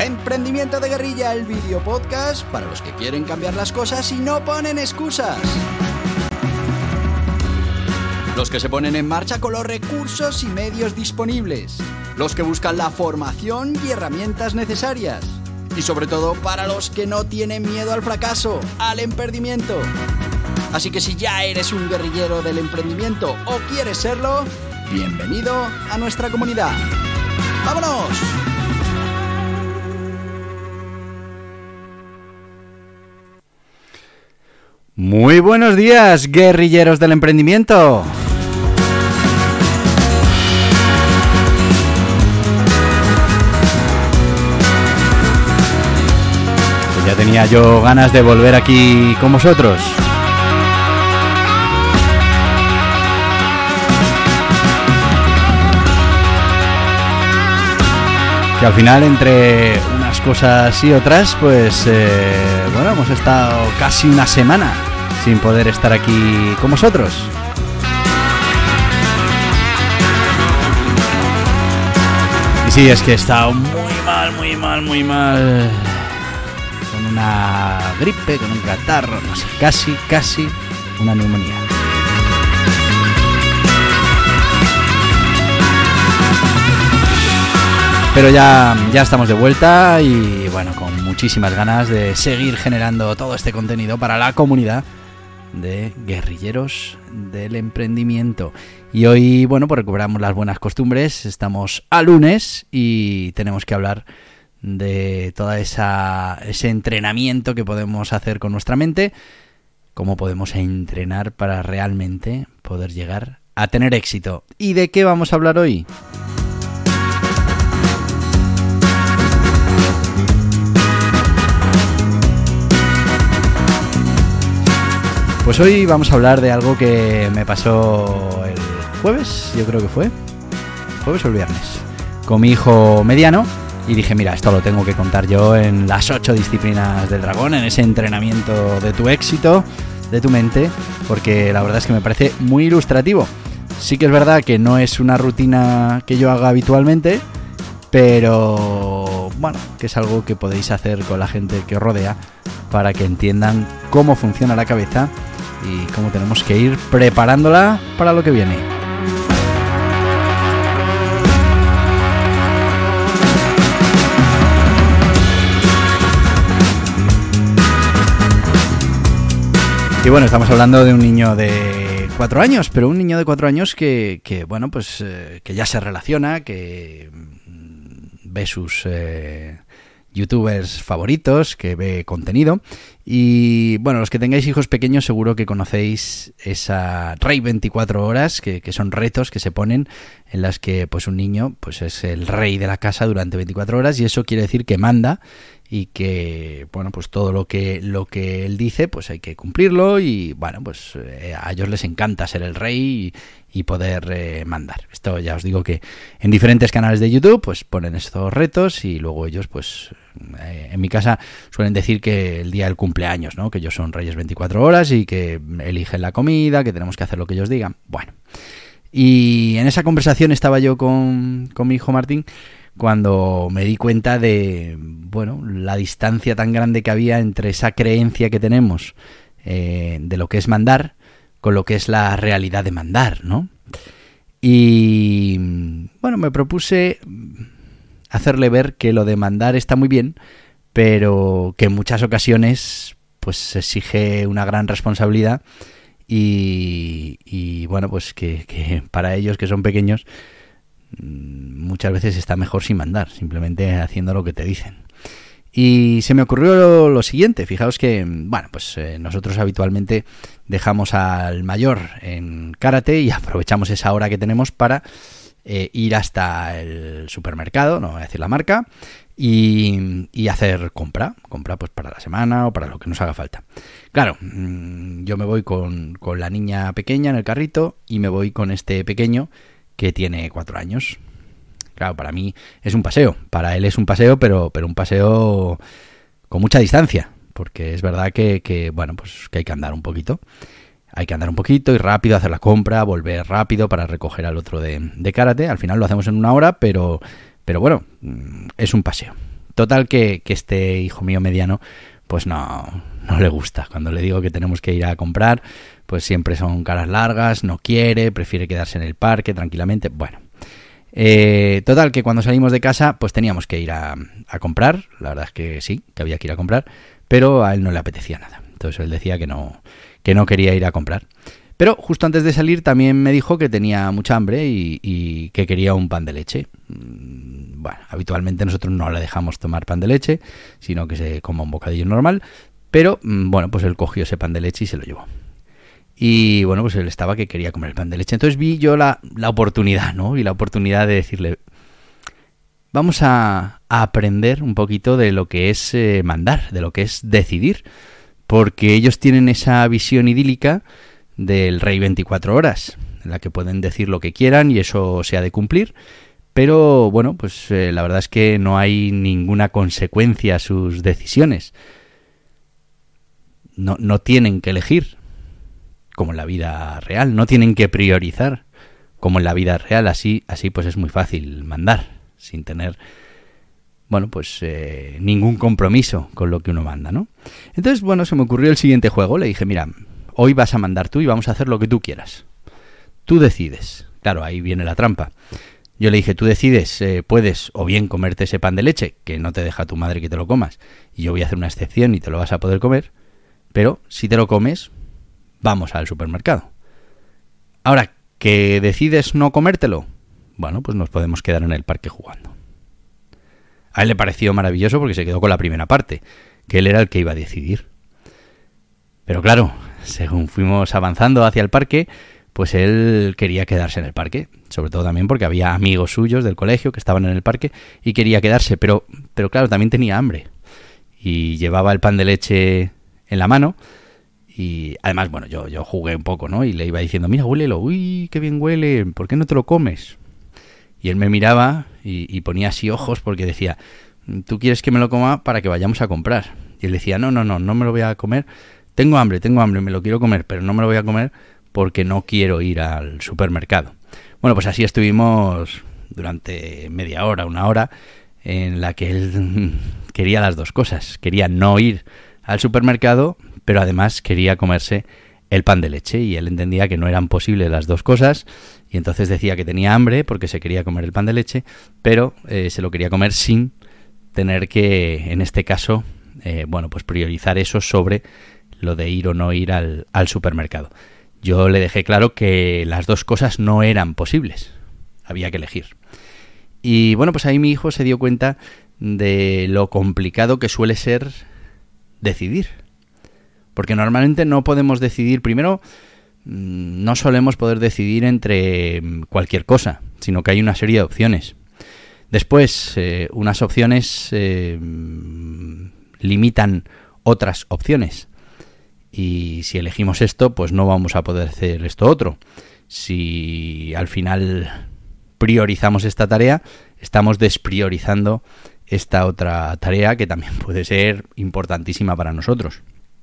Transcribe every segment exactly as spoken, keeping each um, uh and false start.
Emprendimiento de Guerrilla, el video podcast para los que quieren cambiar las cosas y no ponen excusas. Los que se ponen en marcha con los recursos y medios disponibles. Los que buscan la formación y herramientas necesarias. Y sobre todo para los que no tienen miedo al fracaso, al emprendimiento. Así que si ya eres un guerrillero del emprendimiento o quieres serlo, bienvenido a nuestra comunidad. ¡Vámonos! Muy buenos días, guerrilleros del emprendimiento. Pues ya tenía yo ganas de volver aquí con vosotros. Que al final, entre unas cosas y otras, pues eh, bueno, hemos estado casi una semana sin poder estar aquí con vosotros. Y sí, es que he estado muy mal, muy mal, muy mal. Con una gripe, con un catarro, no sé, casi, casi una neumonía. Pero ya, ya estamos de vuelta y bueno, con muchísimas ganas de seguir generando todo este contenido para la comunidad de guerrilleros del emprendimiento. Y hoy, bueno, pues recuperamos las buenas costumbres, estamos a lunes y tenemos que hablar de toda esa ese entrenamiento que podemos hacer con nuestra mente, cómo podemos entrenar para realmente poder llegar a tener éxito. ¿Y de qué vamos a hablar hoy? Pues hoy vamos a hablar de algo que me pasó el jueves, yo creo que fue, jueves o el viernes, con mi hijo mediano y dije, mira, esto lo tengo que contar yo en las ocho disciplinas del dragón, en ese entrenamiento de tu éxito, de tu mente, porque la verdad es que me parece muy ilustrativo. Sí que es verdad que no es una rutina que yo haga habitualmente, pero bueno, que es algo que podéis hacer con la gente que os rodea para que entiendan cómo funciona la cabeza y cómo tenemos que ir preparándola para lo que viene. Y bueno, estamos hablando de un niño de cuatro años, pero un niño de cuatro años que, que bueno, pues eh, que ya se relaciona, que ve sus eh, youtubers favoritos, que ve contenido. Y bueno, los que tengáis hijos pequeños seguro que conocéis esa Rey veinticuatro horas, que, que son retos que se ponen en las que pues un niño pues es el rey de la casa durante veinticuatro horas y eso quiere decir que manda y que bueno, pues todo lo que lo que él dice pues hay que cumplirlo y bueno, pues eh, a ellos les encanta ser el rey y, y poder eh, mandar. Esto ya os digo que en diferentes canales de YouTube pues ponen estos retos y luego ellos pues eh, en mi casa suelen decir que el día del cumpleaños, ¿no? Que ellos son reyes veinticuatro horas y que eligen la comida, que tenemos que hacer lo que ellos digan. Bueno, y en esa conversación estaba yo con, con mi hijo Martín cuando me di cuenta de, bueno, la distancia tan grande que había entre esa creencia que tenemos eh, de lo que es mandar con lo que es la realidad de mandar, ¿no? Y bueno, me propuse hacerle ver que lo de mandar está muy bien, pero que en muchas ocasiones pues se exige una gran responsabilidad y, y bueno, pues que, que para ellos que son pequeños muchas veces está mejor sin mandar, simplemente haciendo lo que te dicen. Y se me ocurrió lo, lo siguiente, fijaos que, bueno, pues eh, nosotros habitualmente dejamos al mayor en karate y aprovechamos esa hora que tenemos para eh, ir hasta el supermercado, no voy a decir la marca, y, y hacer compra, compra pues para la semana o para lo que nos haga falta. Claro, yo me voy con, con la niña pequeña en el carrito y me voy con este pequeño que tiene cuatro años. Claro, para mí es un paseo, para él es un paseo, pero, pero un paseo con mucha distancia, porque es verdad que, que, bueno, pues que hay que andar un poquito. Hay que andar un poquito y rápido, hacer la compra, volver rápido para recoger al otro de, de karate. Al final lo hacemos en una hora, pero, pero bueno, es un paseo. total que, que este hijo mío mediano pues no, no le gusta. Cuando le digo que tenemos que ir a comprar, pues siempre son caras largas, no quiere, prefiere quedarse en el parque tranquilamente. Bueno, eh, total que cuando salimos de casa pues teníamos que ir a, a comprar. La verdad es que sí, que había que ir a comprar, pero a él no le apetecía nada. Entonces él decía que no, que no quería ir a comprar. Pero justo antes de salir también me dijo que tenía mucha hambre y, y que quería un pan de leche. Bueno, habitualmente nosotros no le dejamos tomar pan de leche, sino que se coma un bocadillo normal. Pero bueno, pues él cogió ese pan de leche y se lo llevó. Y bueno, pues él estaba que quería comer el pan de leche. Entonces vi yo la, la oportunidad, ¿no? Y la oportunidad de decirle, vamos a, a aprender un poquito de lo que es eh, mandar, de lo que es decidir. Porque ellos tienen esa visión idílica del rey veinticuatro horas, en la que pueden decir lo que quieran y eso se ha de cumplir, pero bueno, pues eh, la verdad es que no hay ninguna consecuencia a sus decisiones. No, no tienen que elegir, como en la vida real, no tienen que priorizar, como en la vida real, así, así pues es muy fácil mandar, sin tener, bueno, pues eh, ningún compromiso con lo que uno manda, ¿no? Entonces, bueno, se me ocurrió el siguiente juego, le dije, mira, hoy vas a mandar tú y vamos a hacer lo que tú quieras. Tú decides. Claro, ahí viene la trampa. Yo le dije, tú decides, eh, puedes o bien comerte ese pan de leche, que no te deja tu madre que te lo comas, y yo voy a hacer una excepción y te lo vas a poder comer, pero si te lo comes, vamos al supermercado. Ahora, que decides no comértelo, bueno, pues nos podemos quedar en el parque jugando. A él le pareció maravilloso porque se quedó con la primera parte, que él era el que iba a decidir. Pero claro, según fuimos avanzando hacia el parque, pues él quería quedarse en el parque, sobre todo también porque había amigos suyos del colegio que estaban en el parque y quería quedarse, pero, pero claro, también tenía hambre y llevaba el pan de leche en la mano y además, bueno, yo, yo jugué un poco, ¿no? Y le iba diciendo, mira, huélelo, uy, qué bien huele, ¿por qué no te lo comes? Y él me miraba y, y ponía así ojos porque decía, tú quieres que me lo coma para que vayamos a comprar. Y él decía, no, no, no, no me lo voy a comer. Tengo hambre, tengo hambre, me lo quiero comer, pero no me lo voy a comer porque no quiero ir al supermercado. Bueno, pues así estuvimos durante media hora, una hora, en la que él quería las dos cosas. Quería no ir al supermercado, pero además quería comerse el pan de leche. Y él entendía que no eran posibles las dos cosas, y entonces decía que tenía hambre porque se quería comer el pan de leche, pero eh, se lo quería comer sin tener que, en este caso, eh, bueno, pues priorizar eso sobre lo de ir o no ir al, al supermercado. Yo le dejé claro que las dos cosas no eran posibles, había que elegir. Y bueno, pues ahí mi hijo se dio cuenta de lo complicado que suele ser decidir. Porque normalmente no podemos decidir, primero, no solemos poder decidir entre cualquier cosa, sino que hay una serie de opciones. Después, eh, unas opciones eh, limitan otras opciones. Y si elegimos esto, pues no vamos a poder hacer esto otro. Si al final priorizamos esta tarea, estamos despriorizando esta otra tarea que también puede ser importantísima para nosotros.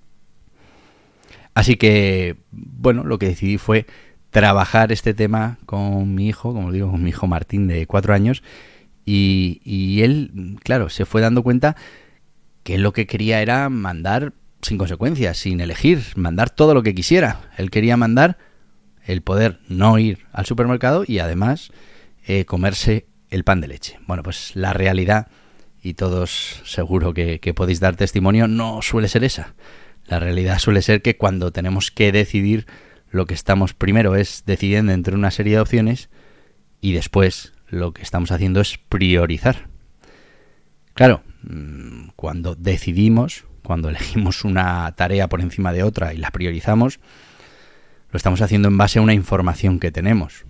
Así que, bueno, lo que decidí fue trabajar este tema con mi hijo, como digo, con mi hijo Martín de cuatro años, y, y él, claro, se fue dando cuenta que lo que quería era mandar sin consecuencias, sin elegir, mandar todo lo que quisiera. Él quería mandar el poder no ir al supermercado y además eh, comerse el pan de leche. Bueno, pues la realidad, y todos seguro que, que podéis dar testimonio, no suele ser esa. La realidad suele ser que cuando tenemos que decidir, lo que estamos primero es decidiendo entre una serie de opciones y después lo que estamos haciendo es priorizar. Claro, cuando decidimos, cuando elegimos una tarea por encima de otra y la priorizamos, lo estamos haciendo en base a una información que tenemos.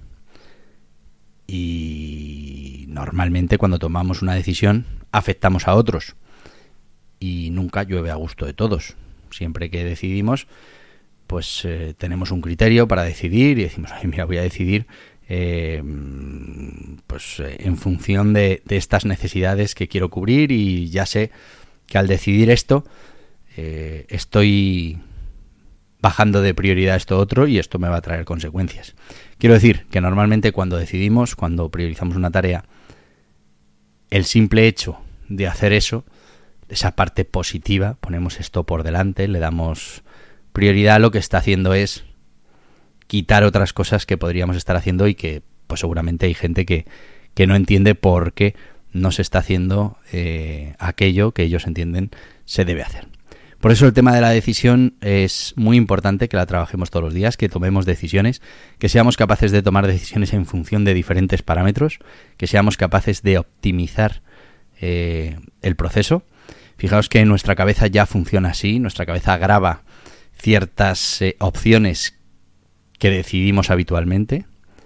Y normalmente cuando tomamos una decisión afectamos a otros. Y nunca llueve a gusto de todos. Siempre que decidimos, pues eh, tenemos un criterio para decidir y decimos, ay, mira, voy a decidir eh, pues eh, en función de, de estas necesidades que quiero cubrir, y ya sé que al decidir esto eh, estoy bajando de prioridad esto otro y esto me va a traer consecuencias. Quiero decir que normalmente cuando decidimos, cuando priorizamos una tarea, el simple hecho de hacer eso, esa parte positiva, ponemos esto por delante, le damos prioridad, lo que está haciendo es quitar otras cosas que podríamos estar haciendo y que pues seguramente hay gente que, que no entiende por qué no se está haciendo eh, aquello que ellos entienden se debe hacer. Por eso el tema de la decisión es muy importante que la trabajemos todos los días, que tomemos decisiones, que seamos capaces de tomar decisiones en función de diferentes parámetros, que seamos capaces de optimizar eh, el proceso. Fijaos que nuestra cabeza ya funciona así, nuestra cabeza graba ciertas eh, opciones que decidimos habitualmente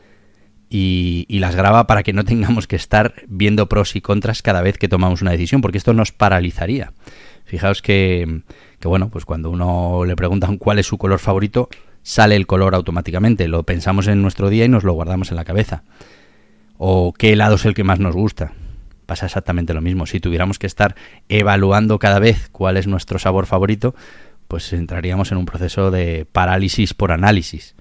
y, y las graba para que no tengamos que estar viendo pros y contras cada vez que tomamos una decisión, porque esto nos paralizaría. Fijaos que, que bueno, pues cuando uno le preguntan cuál es su color favorito, sale el color automáticamente, lo pensamos en nuestro día y nos lo guardamos en la cabeza. O qué helado es el que más nos gusta. Pasa exactamente lo mismo. Si tuviéramos que estar evaluando cada vez cuál es nuestro sabor favorito, pues entraríamos en un proceso de parálisis por análisis.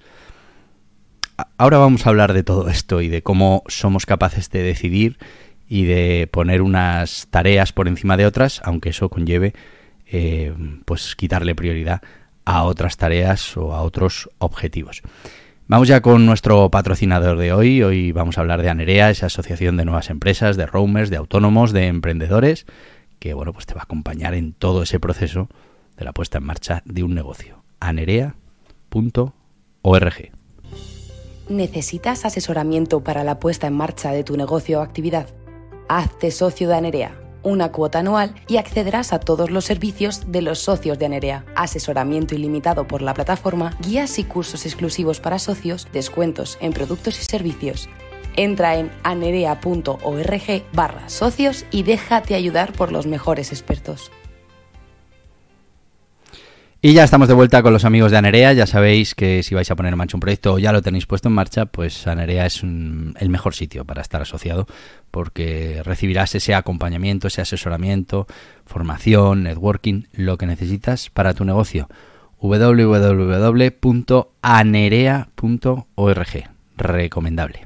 Ahora vamos a hablar de todo esto y de cómo somos capaces de decidir y de poner unas tareas por encima de otras, aunque eso conlleve eh, pues quitarle prioridad a otras tareas o a otros objetivos. Vamos ya con nuestro patrocinador de hoy. Hoy vamos a hablar de Anerea, esa asociación de nuevas empresas, de roamers, de autónomos, de emprendedores, que bueno, pues te va a acompañar en todo ese proceso de la puesta en marcha de un negocio. anerea punto org. ¿Necesitas asesoramiento para la puesta en marcha de tu negocio o actividad? Hazte socio de Anerea, una cuota anual y accederás a todos los servicios de los socios de Anerea. Asesoramiento ilimitado por la plataforma, guías y cursos exclusivos para socios, descuentos en productos y servicios. Entra en anerea punto org barra socios y déjate ayudar por los mejores expertos. Y ya estamos de vuelta con los amigos de Anerea. Ya sabéis que si vais a poner en marcha un proyecto o ya lo tenéis puesto en marcha, pues Anerea es un, el mejor sitio para estar asociado, porque recibirás ese acompañamiento, ese asesoramiento, formación, networking, lo que necesitas para tu negocio. doble u doble u doble u punto anerea punto org. Recomendable.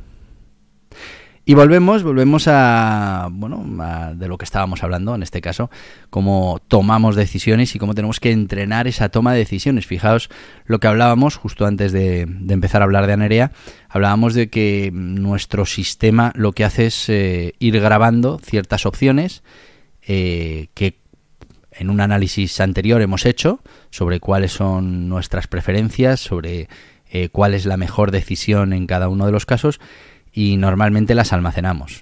Y volvemos, volvemos a, bueno, a de lo que estábamos hablando, en este caso, cómo tomamos decisiones y cómo tenemos que entrenar esa toma de decisiones. Fijaos lo que hablábamos justo antes de, de empezar a hablar de Anerea, hablábamos de que nuestro sistema lo que hace es eh, ir grabando ciertas opciones eh, que en un análisis anterior hemos hecho sobre cuáles son nuestras preferencias, sobre eh, cuál es la mejor decisión en cada uno de los casos, y normalmente las almacenamos.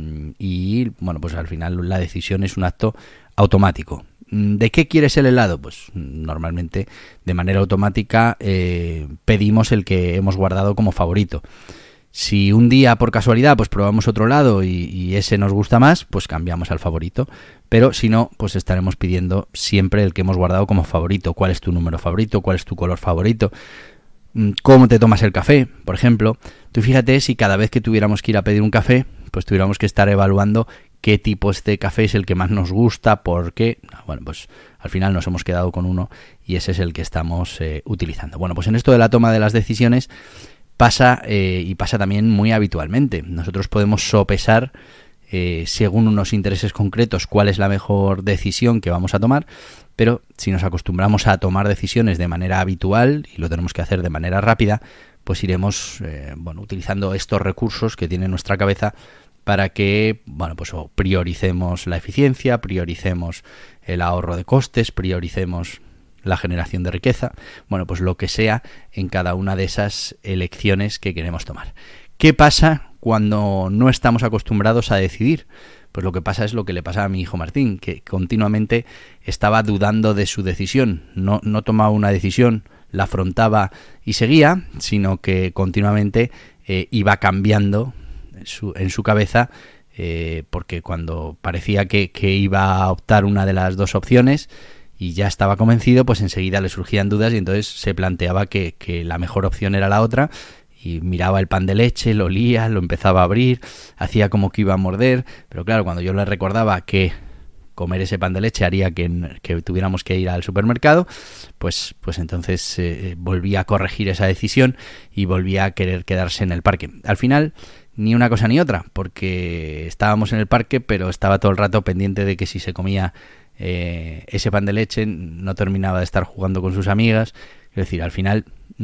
Y bueno, pues al final la decisión es un acto automático. ¿De qué quieres el helado? Pues normalmente de manera automática eh, pedimos el que hemos guardado como favorito. Si un día por casualidad pues probamos otro helado y, y ese nos gusta más, pues cambiamos al favorito. Pero si no, pues estaremos pidiendo siempre el que hemos guardado como favorito. ¿Cuál es tu número favorito? ¿Cuál es tu color favorito? ¿Cómo te tomas el café? Por ejemplo, tú fíjate si cada vez que tuviéramos que ir a pedir un café, pues tuviéramos que estar evaluando qué tipo de café es el que más nos gusta, por qué. Bueno, pues al final nos hemos quedado con uno y ese es el que estamos eh, utilizando. Bueno, pues en esto de la toma de las decisiones pasa eh, y pasa también muy habitualmente. Nosotros podemos sopesar eh, según unos intereses concretos cuál es la mejor decisión que vamos a tomar, pero si nos acostumbramos a tomar decisiones de manera habitual y lo tenemos que hacer de manera rápida, pues iremos eh, bueno, utilizando estos recursos que tiene nuestra cabeza para que bueno, pues o prioricemos la eficiencia, prioricemos el ahorro de costes, prioricemos la generación de riqueza, bueno, pues lo que sea en cada una de esas elecciones que queremos tomar. ¿Qué pasa cuando no estamos acostumbrados a decidir? Pues lo que pasa es lo que le pasa a mi hijo Martín, que continuamente estaba dudando de su decisión. No, no tomaba una decisión, la afrontaba y seguía, sino que continuamente eh, iba cambiando en su, en su cabeza, eh, porque cuando parecía que, que iba a optar una de las dos opciones y ya estaba convencido, pues enseguida le surgían dudas y entonces se planteaba que, que la mejor opción era la otra. Y miraba el pan de leche, lo olía, lo empezaba a abrir, hacía como que iba a morder, pero claro, cuando yo le recordaba que comer ese pan de leche haría que, que tuviéramos que ir al supermercado, pues, pues entonces eh, volvía a corregir esa decisión y volvía a querer quedarse en el parque. Al final ni una cosa ni otra, porque estábamos en el parque, pero estaba todo el rato pendiente de que si se comía eh, ese pan de leche no terminaba de estar jugando con sus amigas. Es decir, al final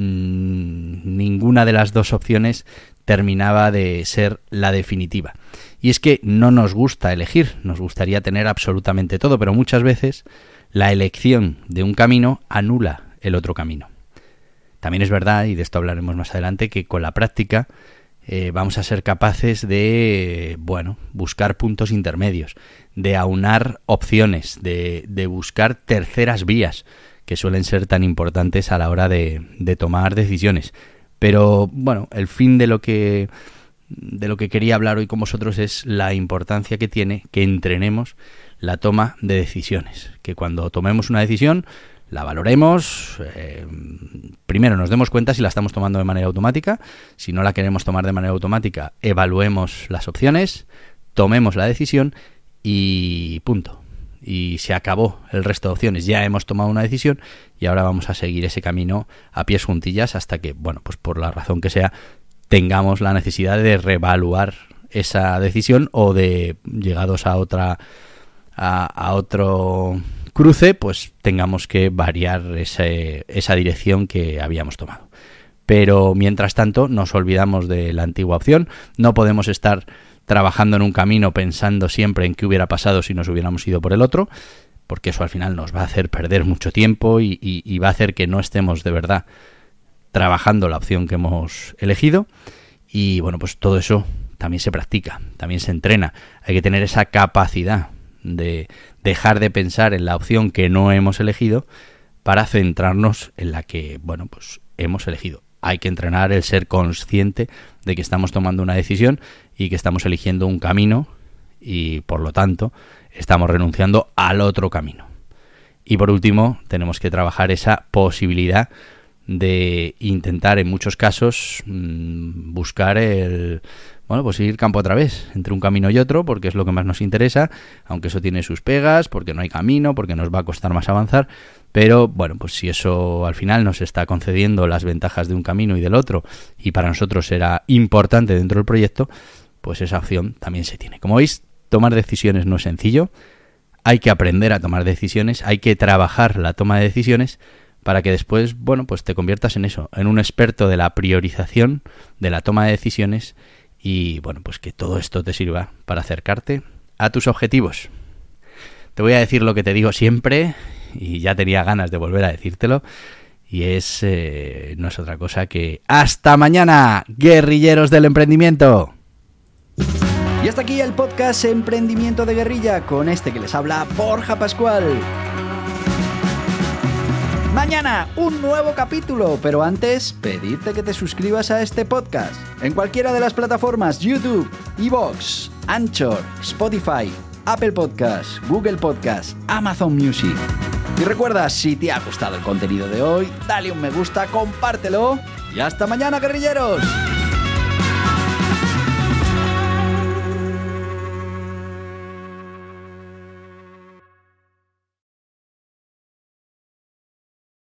mmm, ninguna de las dos opciones terminaba de ser la definitiva. Y es que no nos gusta elegir, nos gustaría tener absolutamente todo, pero muchas veces la elección de un camino anula el otro camino. También es verdad, y de esto hablaremos más adelante, que con la práctica eh, vamos a ser capaces de, bueno, buscar puntos intermedios, de aunar opciones, de, de buscar terceras vías, que suelen ser tan importantes a la hora de, de tomar decisiones. Pero, bueno, el fin de lo que de lo que quería hablar hoy con vosotros es la importancia que tiene que entrenemos la toma de decisiones. Que cuando tomemos una decisión, la valoremos, eh, primero nos demos cuenta si la estamos tomando de manera automática. Si no la queremos tomar de manera automática, evaluemos las opciones, tomemos la decisión y punto. Y se acabó el resto de opciones. Ya hemos tomado una decisión y ahora vamos a seguir ese camino a pies juntillas hasta que, bueno, pues por la razón que sea, tengamos la necesidad de reevaluar esa decisión o de, llegados a otra a, a otro cruce, pues tengamos que variar ese, esa dirección que habíamos tomado. Pero mientras tanto nos olvidamos de la antigua opción. No podemos estar trabajando en un camino pensando siempre en qué hubiera pasado si nos hubiéramos ido por el otro, porque eso al final nos va a hacer perder mucho tiempo y, y, y va a hacer que no estemos de verdad trabajando la opción que hemos elegido. Y bueno, pues todo eso también se practica, también se entrena. Hay que tener esa capacidad de dejar de pensar en la opción que no hemos elegido para centrarnos en la que, bueno, pues hemos elegido. Hay que entrenar el ser consciente de que estamos tomando una decisión y que estamos eligiendo un camino y, por lo tanto, estamos renunciando al otro camino. Y por último, tenemos que trabajar esa posibilidad de intentar en muchos casos mmm, buscar el, bueno, pues ir campo a través entre un camino y otro, porque es lo que más nos interesa, aunque eso tiene sus pegas, porque no hay camino, porque nos va a costar más avanzar, pero bueno, pues si eso al final nos está concediendo las ventajas de un camino y del otro, y para nosotros será importante dentro del proyecto, pues esa opción también se tiene. Como veis, tomar decisiones no es sencillo, hay que aprender a tomar decisiones, hay que trabajar la toma de decisiones, para que después, bueno, pues te conviertas en eso, en un experto de la priorización, de la toma de decisiones y, bueno, pues que todo esto te sirva para acercarte a tus objetivos. Te voy a decir lo que te digo siempre y ya tenía ganas de volver a decírtelo y es, eh, no es otra cosa que ¡hasta mañana, guerrilleros del emprendimiento! Y hasta aquí el podcast Emprendimiento de Guerrilla con este que les habla Borja Pascual. Mañana un nuevo capítulo, pero antes pedirte que te suscribas a este podcast en cualquiera de las plataformas YouTube, iVoox, Anchor, Spotify, Apple Podcasts, Google Podcasts, Amazon Music. Y recuerda, si te ha gustado el contenido de hoy, dale un me gusta, compártelo y hasta mañana, guerrilleros.